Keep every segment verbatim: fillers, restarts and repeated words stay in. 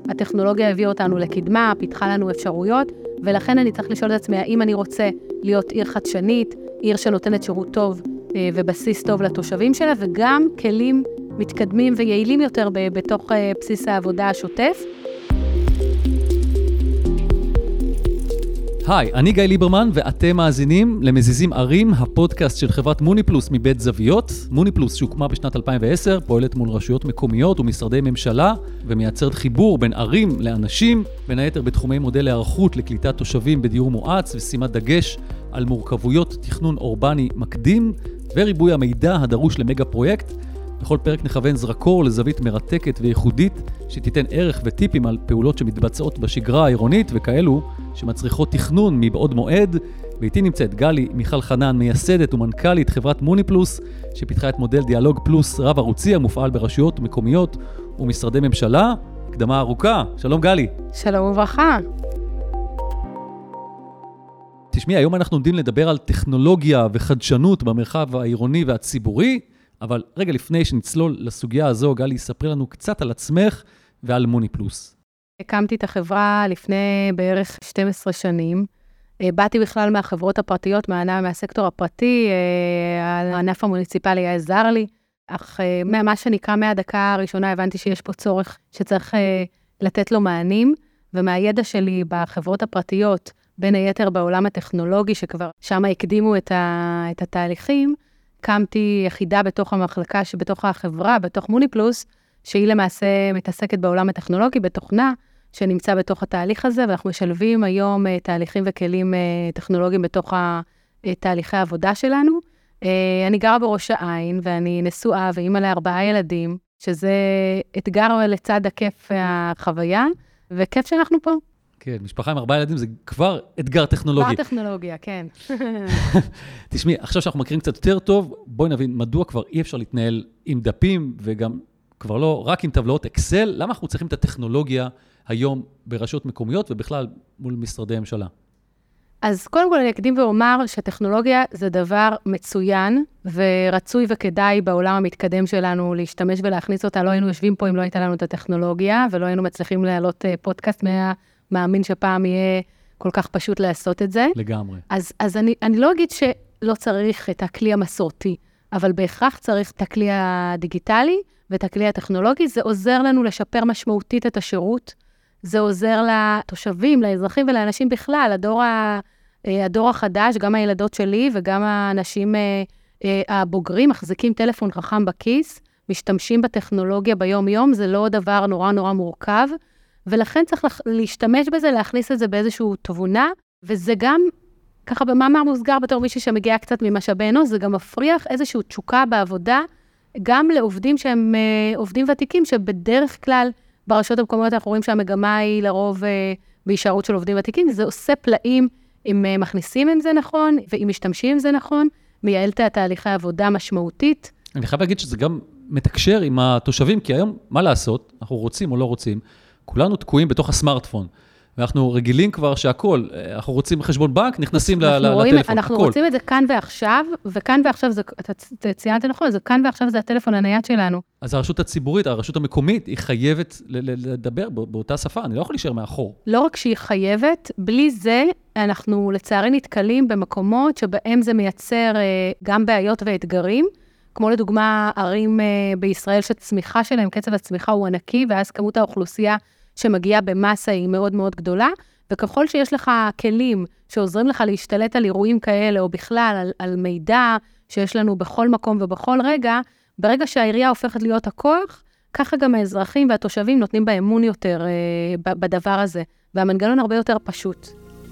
הטכנולוגיה הביאה אותנו לקדמה, פיתחה לנו אפשרויות, ולכן אני צריך לשאול את עצמי, האם אני רוצה להיות עיר חדשנית, עיר שנותנת שירות טוב ובסיס טוב לתושבים שלה, וגם כלים מתקדמים ויעילים יותר בתוך בסיס העבודה השוטף. היי, אני גיא ליברמן, ואתם מאזינים למזיזים ערים, הפודקאסט של חברת מוניפלוס מבית זוויות. מוניפלוס שהוקמה בשנת אלפיים ועשר, פועלת מול רשויות מקומיות ומשרדי ממשלה, ומייצרת חיבור בין ערים לאנשים, בין היתר בתחומי מודל הערכות לקליטת תושבים בדיור מואץ, ושימת דגש על מורכבויות תכנון אורבני מקדים, וריבוי המידע הדרוש למגה פרויקט. בכל פרק נכוון זרקור לזווית מרתקת וייחודית, שתיתן ערך וטיפים על פעולות שמתבצעות בשגרה העירונית, וכאלו שמצריכות תכנון מבעוד מועד. ואיתי נמצאת גלי מיכל חנן, מייסדת ומנכ"לית חברת מוניפלוס, שפיתחה את מודל דיאלוג פלוס רב ערוצי המופעל ברשויות מקומיות ומשרדי ממשלה. הקדמה ארוכה. שלום גלי. שלום וברכה. תשמעי, היום אנחנו עומדים לדבר על טכנולוגיה וחדשנות במרחב העירוני והציבורי, אבל רגע לפני שנצלול לסוגיה הזו, גלי, ספרי לנו קצת על עצמך ועל מוניפלוס. הקמתי את החברה לפני בערך שתים עשרה שנים. באתי בכלל מהחברות הפרטיות, מה, מהסקטור הפרטי, הענף המוניציפלי היה עזר לי, אך מה שנקרא מהדקה הראשונה הבנתי שיש פה צורך שצריך לתת לו מענים, ומהידע שלי בחברות הפרטיות, בין היתר בעולם הטכנולוגי, שכבר שם הקדימו את, ה, את התהליכים, הקמתי יחידה בתוך המחלקה שבתוך החברה, בתוך מוניפלוס, שהיא למעשה מתעסקת בעולם הטכנולוגי, בתוכנה, שנמצא בתוך התהליך הזה, ואנחנו משלבים היום תהליכים וכלים טכנולוגיים בתוך תהליכי העבודה שלנו. אני גרה בראש העין, ואני נשואה ואימא לארבעה ילדים, שזה אתגר לצד הכיף והחוויה, וכיף שאנחנו פה. כן, משפחה עם ארבעה ילדים זה כבר אתגר טכנולוגי. כבר טכנולוגיה, כן. תשמעי, עכשיו שאנחנו מכירים קצת יותר טוב, בואי נבין מדוע כבר אי אפשר להתנהל עם דפים, וגם כבר לא רק עם טבלאות אקסל. למה אנחנו צריכים את הטכנולוגיה היום ברשויות מקומיות, ובכלל מול משרדי ממשלה? אז קודם כל אני אקדים ואומר שהטכנולוגיה זה דבר מצוין, ורצוי וכדאי בעולם המתקדם שלנו להשתמש ולהכניס אותה. לא היינו יושבים פה אם לא הייתה לנו את הטכנולוגיה, ולא היינו מצליחים להעלות פודקאסט מה... מאמין שפעם יהיה כל כך פשוט לעשות את זה. לגמרי. אז, אז אני, אני לא אגיד שלא צריך את הכלי המסורתי, אבל בהכרח צריך את הכלי הדיגיטלי ואת הכלי הטכנולוגי. זה עוזר לנו לשפר משמעותית את השירות. זה עוזר לתושבים, לאזרחים ולאנשים בכלל. הדור, ה, הדור החדש, גם הילדות שלי וגם האנשים הבוגרים, מחזיקים טלפון חכם בכיס, משתמשים בטכנולוגיה ביום-יום. זה לא דבר נורא נורא מורכב. ולכן צריך להשתמש בזה, להכניס את זה באיזושהי תבונה, וזה גם, ככה במאמר מוסגר בתור מישהי שמגיע קצת ממשאבי אנוש, זה גם מפריח איזושהי תשוקה בעבודה, גם לעובדים שהם אה, עובדים ותיקים, שבדרך כלל ברשויות המקומיות אנחנו רואים שהמגמה היא לרוב אה, בהישארות של עובדים ותיקים, זה עושה פלאים אם אה, מכניסים עם זה נכון, ואם משתמשים עם זה נכון, מייעל את תהליכי העבודה משמעותית. אני חייב להגיד שזה גם מתקשר עם התושבים, כי היום מה לעשות, אנחנו רוצים או לא רוצים, כולנו תקועים בתוך הסמארטפון, ואנחנו רגילים כבר שהכל, אנחנו רוצים חשבון בנק, נכנסים לטלפון, אנחנו רוצים את זה כאן ועכשיו, וכאן ועכשיו, אתה ציינת נכון, זה כאן ועכשיו זה הטלפון הנייד שלנו. אז הרשות הציבורית, הרשות המקומית, היא חייבת לדבר באותה שפה, אני לא יכול להישאר מאחור. לא רק שהיא חייבת, בלי זה אנחנו לצערי נתקלים במקומות שבהם זה מייצר גם בעיות ואתגרים, כמו לדוגמה ערים בישראל שצמיחה שלהם, קצב הצמיחה הוא ענקי, ואז כמות האוכלוסייה שמגיעה במסה היא מאוד מאוד גדולה, וככל שיש לך כלים שעוזרים לך להשתלט על אירועים כאלה, או בכלל על, על מידע שיש לנו בכל מקום ובכל רגע, ברגע שהעירייה הופכת להיות הכוח, ככה גם האזרחים והתושבים נותנים באמון יותר אה, בדבר הזה, והמנגנון הרבה יותר פשוט.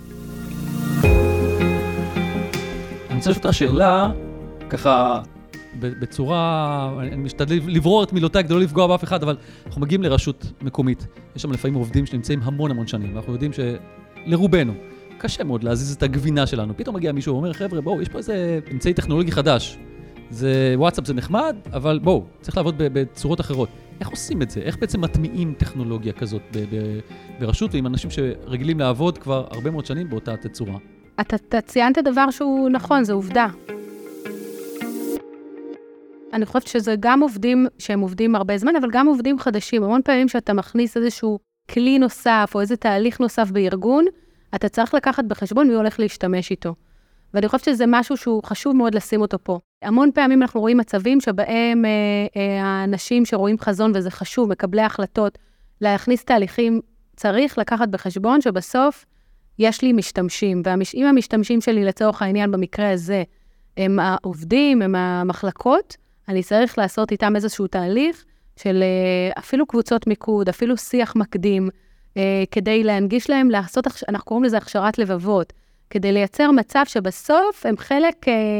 אני רוצה לשאול את השאלה, ככה, בצורה, אני משתדל לברור את מילותיי כדי לא לפגוע באף אחד, אבל אנחנו מגיעים לרשות מקומית. יש שם לפעמים עובדים שנמצאים המון המון שנים, ואנחנו יודעים שלרובנו קשה מאוד להזיז את הגבינה שלנו. פתאום מגיע מישהו ואומר, חבר'ה, בואו, יש פה איזה אמצעי טכנולוגי חדש. זה וואטסאפ זה נחמד, אבל בואו, צריך לעבוד בצורות אחרות. איך עושים את זה? איך בעצם מטמיעים טכנולוגיה כזאת ברשות, ועם אנשים שרגילים לעבוד כבר הרבה מאוד שנים באותה תצורה? אתה ציינת דבר שהוא נכון, זה עובדה. אני חושבת שזה גם עובדים שהם עובדים הרבה זמן, אבל גם עובדים חדשים. המון פעמים שאתה מכניס איזשהו כלי נוסף או איזה תהליך נוסף בארגון, אתה צריך לקחת בחשבון מי הולך להשתמש איתו. ואני חושבת שזה משהו שהוא חשוב מאוד לשים אותו פה. המון פעמים אנחנו רואים מצבים שבהם אה, אה, האנשים שרואים חזון, וזה חשוב, מקבלי החלטות, להכניס תהליכים, צריך לקחת בחשבון שבסוף יש לי משתמשים, ואם המשתמשים שלי לצורך העניין במקרה הזה, הם העובדים, הם המחלקות, אני צריך לעשות איתם איזשהו תהליך של אפילו קבוצות מיקוד, אפילו שיח מקדים, כדי להנגיש להם, לעשות, אנחנו קוראים לזה הכשרת לבבות, כדי לייצר מצב שבסוף הם חלק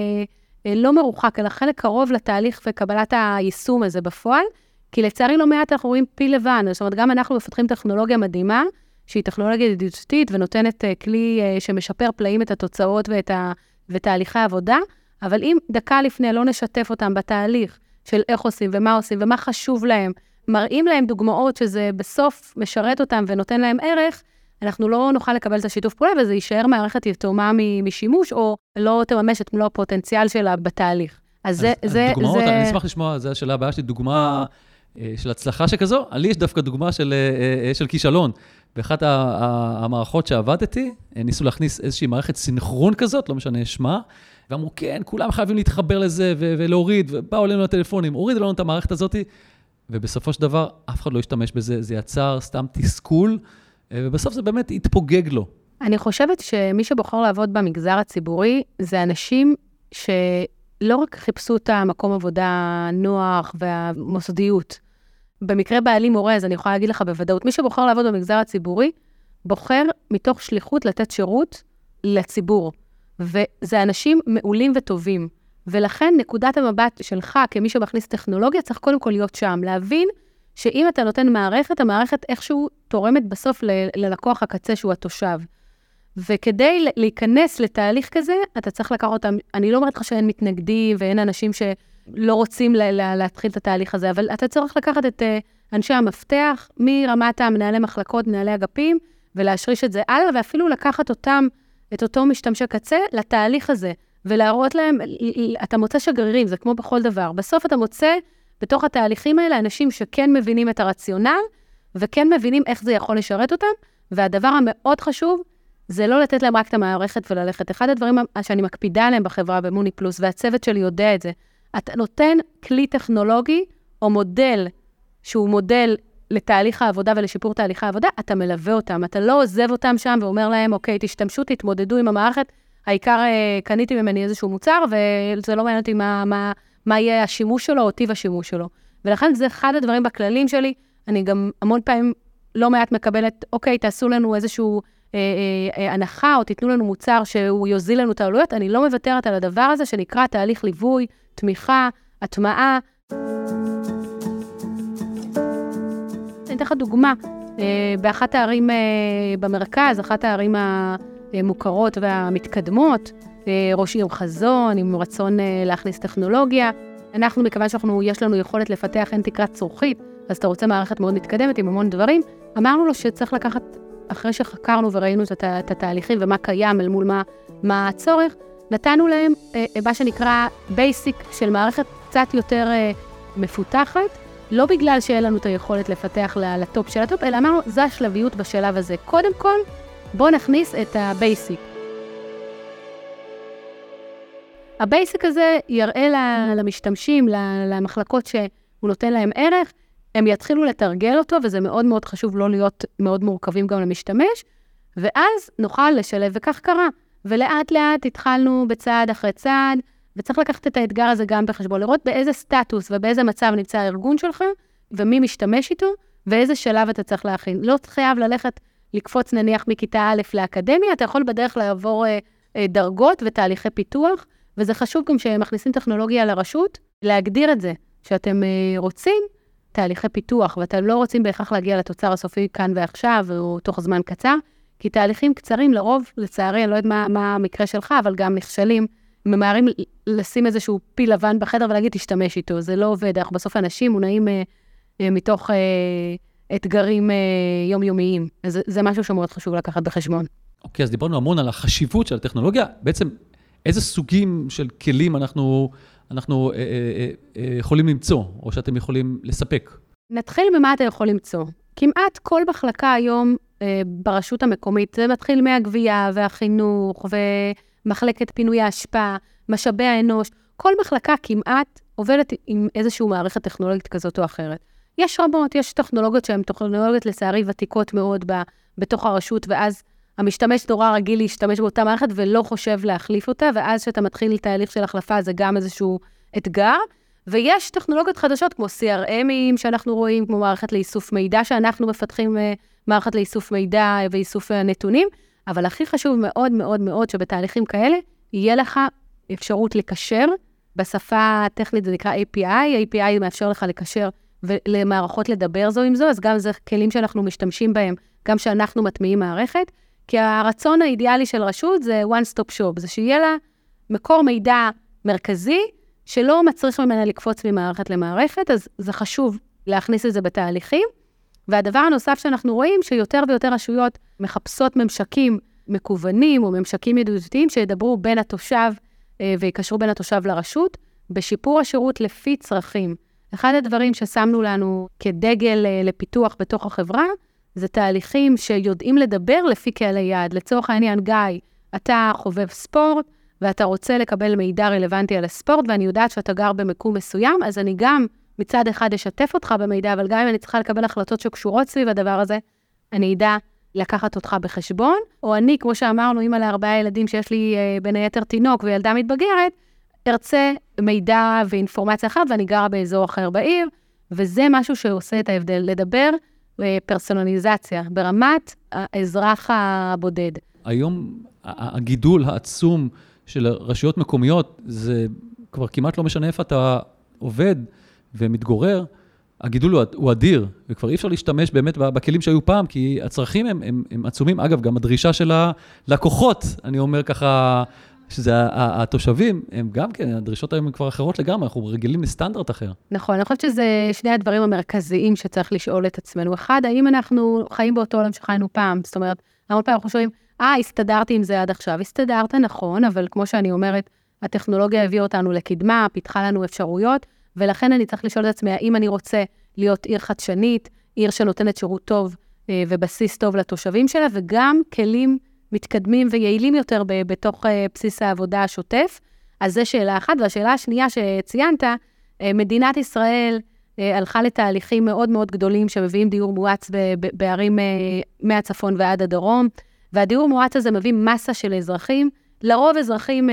לא מרוחק, אלא חלק קרוב לתהליך וקבלת היישום הזה בפועל, כי לצערי לא מעט אנחנו רואים פיל לבן, זאת אומרת, גם אנחנו מפתחים טכנולוגיה מדהימה, שהיא טכנולוגיה ידידותית ונותנת כלי שמשפר פלאים את התוצאות ואת ה... ותהליכי העבודה, אבל אם דקה לפני לא נשתף אותם בתהליך של איך עושים ומה עושים ומה חשוב להם, מראים להם דוגמאות שזה בסוף משרת אותם ונותן להם ערך, אנחנו לא נוכל לקבל את השיתוף פעולה, וזה יישאר מערכת יתומה משימוש, או לא תממש את מלוא הפוטנציאל שלה בתהליך. אז זה... אז זה, דוגמאות, זה... אני אשמח לשמוע, זו השאלה הבאה שלי, דוגמה של הצלחה שכזו, לי יש דווקא דוגמה של, של כישלון. באחת המערכות שעבדתי, ניסו להכניס איזושהי מערכת סינכרון כזאת, לא משנה שמה, ואמרו, כן, כולם חייבים להתחבר לזה ו- ולהוריד, ובאו אלינו לטלפונים, הורידו לנו את המערכת הזאת, ובסופו של דבר, אף אחד לא ישתמש בזה, זה יצר סתם תסכול, ובסוף זה באמת התפוגג לו. אני חושבת שמי שבוחר לעבוד במגזר הציבורי, זה אנשים שלא רק חיפשו את המקום עבודה נוח והמוסדיות, במקרה בעלי מורה, אז אני יכולה להגיד לך בוודאות, מי שבוחר לעבוד במגזר הציבורי, בוחר מתוך שליחות לתת שירות לציבור. וזה אנשים מעולים וטובים. ולכן נקודת המבט שלך, כמי שמכניס טכנולוגיה, צריך קודם כל להיות שם. להבין שאם אתה נותן מערכת, המערכת איכשהו תורמת בסוף ל- ללקוח הקצה שהוא התושב. וכדי להיכנס לתהליך כזה, אתה צריך לקחת אותם, אני לא אומרת לך שאין מתנגדים, ואין אנשים שלא רוצים לה, לה, להתחיל את התהליך הזה, אבל אתה צריך לקחת את uh, אנשי המפתח, מרמת המנהלי מחלקות, מנהלי אגפים, ולהשריש את זה הלאה, ואפילו לקחת אותם, את אותו משתמשי קצה, לתהליך הזה, ולהראות להם, אתה מוצא שגרירים, זה כמו בכל דבר. בסוף אתה מוצא, בתוך התהליכים האלה, אנשים שכן מבינים את הרציונל, וכן מבינים איך זה יכול לשרת אותם, והדבר המאוד חשוב, זה לא לתת להם רק את המערכת וללכת. אחד הדברים שאני מקפידה עליהם בחברה במוני פלוס, והצוות שלי יודע את זה, אתה נותן כלי טכנולוגי, או מודל, שהוא מודל לתהליך העבודה ולשיפור תהליך העבודה, אתה מלווה אותם, אתה לא עוזב אותם שם ואומר להם, אוקיי, תשתמשו, תתמודדו עם המערכת, העיקר קניתי ממני איזשהו מוצר, וזה לא מעניין אותי מה, מה, מה יהיה השימוש שלו או טיב השימוש שלו. ולכן זה אחד הדברים בכללים שלי, אני גם המון פעמים לא מעט מקבלת, אוקיי, תעשו לנו איזשהו אה, אה, הנחה, או תיתנו לנו מוצר שהוא יוזיל לנו את העלויות, אני לא מוותרת על הדבר הזה שנקרא תהליך ליווי, תמיכה, הטמעה. אני אתן לך דוגמה, באחת הערים במרכז, אחת הערים המוכרות והמתקדמות, ראש עיר חזון, עם רצון להכניס טכנולוגיה. אנחנו, מכיוון שאנחנו, יש לנו יכולת לפתח אין תקרת צורכית, אז אתה רוצה מערכת מאוד מתקדמת עם המון דברים, אמרנו לו שצריך לקחת, אחרי שחקרנו וראינו את התהליכים ומה קיים אל מול מה, מה הצורך, נתנו להם מה שנקרא בייסיק של מערכת קצת יותר מפותחת, לא בגלל שאין לנו את היכולת לפתח לטופ של הטופ, אלא אמרנו, זו השלביות בשלב הזה. קודם כל, בואו נכניס את הבייסיק. הבייסיק הזה יראה למשתמשים, למחלקות שהוא נותן להם ערך, הם יתחילו לתרגל אותו, וזה מאוד מאוד חשוב לא להיות מאוד מורכבים גם למשתמש, ואז נוכל לשלב, וכך קרה. ולאט לאט התחלנו בצעד אחרי צעד, וצריך לקחת את האתגר הזה גם בחשבון, לראות באיזה סטטוס ובאיזה מצב נמצא הארגון שלך, ומי משתמש איתו, ואיזה שלב אתה צריך להכין. לא חייב ללכת לקפוץ נניח מכיתה א' לאקדמיה, אתה יכול בדרך לעבור אה, אה, דרגות ותהליכי פיתוח, וזה חשוב גם שמכניסים טכנולוגיה לרשות, להגדיר את זה, שאתם אה, רוצים תהליכי פיתוח, ואתם לא רוצים בהכרח להגיע לתוצר הסופי כאן ועכשיו, או תוך זמן קצר, כי תהליכים קצרים לרוב, לצערי, אני לא יודעת מה, מה המקרה שלך, אבל גם נכשלים, ממהרים לשים איזשהו פיל לבן בחדר ולהגיד, תשתמש איתו. זה לא עובד. אנחנו בסוף אנשים מונעים אה, אה, מתוך אה, אתגרים אה, יומיומיים. אז זה משהו שמאוד חשוב לקחת בחשבון. אוקיי, אז דיברנו המון על החשיבות של הטכנולוגיה. בעצם, איזה סוגים של כלים אנחנו, אנחנו אה, אה, אה, יכולים למצוא, או שאתם יכולים לספק? נתחיל במה אתה יכול למצוא. כמעט כל מחלקה היום אה, ברשות המקומית, זה מתחיל מהגבייה והחינוך ומחלקת פינוי ההשפעה, משאבי האנוש, כל מחלקה כמעט עובדת עם איזושהי מערכת טכנולוגית כזאת או אחרת. יש רבות, יש טכנולוגיות שהן טכנולוגיות לצערי ותיקות מאוד ב, בתוך הרשות, ואז המשתמש נורא רגיל להשתמש באותה מערכת ולא חושב להחליף אותה, ואז שאתה מתחיל תהליך של החלפה זה גם איזשהו אתגר, ויש טכנולוגיות חדשות כמו סי אר אמים שאנחנו רואים, כמו מערכת לאיסוף מידע שאנחנו מפתחים מערכת לאיסוף מידע ואיסוף נתונים, אבל הכי חשוב מאוד מאוד מאוד שבתהליכים כאלה יהיה לך אפשרות לקשר, בשפה הטכנית זה נקרא איי פי איי, איי פי איי מאפשר לך לקשר ולמערכות לדבר זו עם זו, אז גם זה כלים שאנחנו משתמשים בהם, גם שאנחנו מטמיעים מערכת, כי הרצון האידיאלי של רשות זה one stop shop, זה שיהיה לה מקור מידע מרכזי, שלא מצריך ממנה לקפוץ ממערכת למערכת, אז זה חשוב להכניס את זה בתהליכים. והדבר הנוסף שאנחנו רואים, שיותר ויותר רשויות מחפשות ממשקים מקוונים, או ממשקים ידידותיים, שידברו בין התושב, ויקשרו בין התושב לרשות, בשיפור השירות לפי צרכים. אחד הדברים ששמנו לנו כדגל לפיתוח בתוך החברה, זה תהליכים שיודעים לדבר לפי קהלי יעד. לצורך העניין, גיא, אתה חובב ספורט, ואתה רוצה לקבל מידע רלוונטי על הספורט, ואני יודעת שאתה גר במקום מסוים, אז אני גם מצד אחד אשתף אותך במידע, אבל גם אם אני צריכה לקבל החלטות שקשורות סביב הדבר הזה, אני אדע לקחת אותך בחשבון, או אני, כמו שאמרנו, אמא לארבעה ילדים שיש לי בין היתר תינוק וילדה מתבגרת, ארצה מידע ואינפורמציה אחת, ואני גרה באזור אחר בעיר, וזה משהו שעושה את ההבדל, לדבר פרסונליזציה, ברמת האזרח הבודד. היום הגידול העצום של רשויות מקומיות, זה כבר כמעט לא משנה איפה אתה עובד ומתגורר, הגידול הוא אדיר, וכבר אי אפשר להשתמש באמת בכלים שהיו פעם, כי הצרכים הם, הם, הם עצומים. אגב, גם הדרישה של הלקוחות, אני אומר ככה, שזה התושבים, הם גם כן, הדרישות היום הן כבר אחרות לגמרי, אנחנו רגילים לסטנדרט אחר. נכון, אני חושבת שזה שני הדברים המרכזיים שצריך לשאול את עצמנו. אחד, האם אנחנו חיים באותו עולם שחיינו פעם? זאת אומרת, המון פעם אנחנו שואלים, אה, הסתדרתי עם זה עד עכשיו. הסתדרת, נכון, אבל כמו שאני אומרת, הטכנולוגיה הביאה אותנו לקדמה, פיתחה לנו אפשרויות, ולכן אני צריך לשאול את עצמי, האם אני רוצה להיות עיר חדשנית, עיר שנותנת שירות טוב ובסיס טוב לתושבים שלה, וגם כלים מתקדמים ויעילים יותר ב- בתוך בסיס העבודה השוטף. אז זו שאלה אחת, והשאלה השנייה שציינת, מדינת ישראל הלכה לתהליכים מאוד מאוד גדולים, שמביאים דיור מואץ ב- ב- בערים מהצפון ועד הדרום, והדיור מואץ הזה מביא מסה של אזרחים, לרוב אזרחים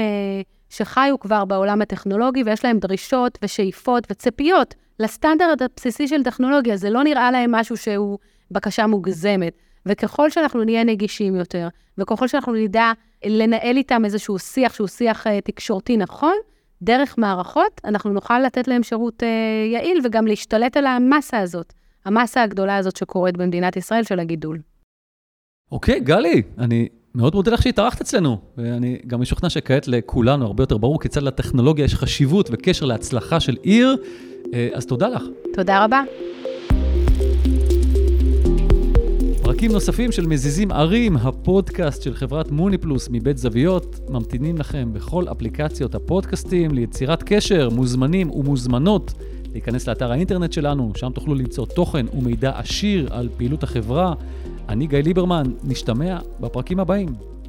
שחיו כבר בעולם הטכנולוגי, ויש להם דרישות ושאיפות וציפיות לסטנדרט הבסיסי של טכנולוגיה. זה לא נראה להם משהו שהוא בקשה מוגזמת. וככל שאנחנו נהיה נגישים יותר, וככל שאנחנו נדע לנהל איתם איזשהו שיח, שהוא שיח תקשורתי נכון, דרך מערכות, אנחנו נוכל לתת להם שירות יעיל, וגם להשתלט על המסה הזאת, המסה הגדולה הזאת שקורית במדינת ישראל של הגידול. אוקיי, גלי, אני מאוד מודה לך שהתארחת אצלנו, ואני גם משוכנע שכעת לכולנו הרבה יותר ברור כיצד לטכנולוגיה יש חשיבות וקשר להצלחה של עיר, אז תודה לך. תודה רבה. פרקים נוספים של מזיזים ערים, הפודקאסט של חברת מוניפלוס מבית זוויות, ממתינים לכם בכל אפליקציות הפודקאסטים ליצירת קשר, מוזמנים ומוזמנות להיכנס לאתר האינטרנט שלנו, שם תוכלו למצוא תוכן ומידע עשיר על פעילות החברה. אני גיא ליברמן, נשתמע בפרקים הבאים.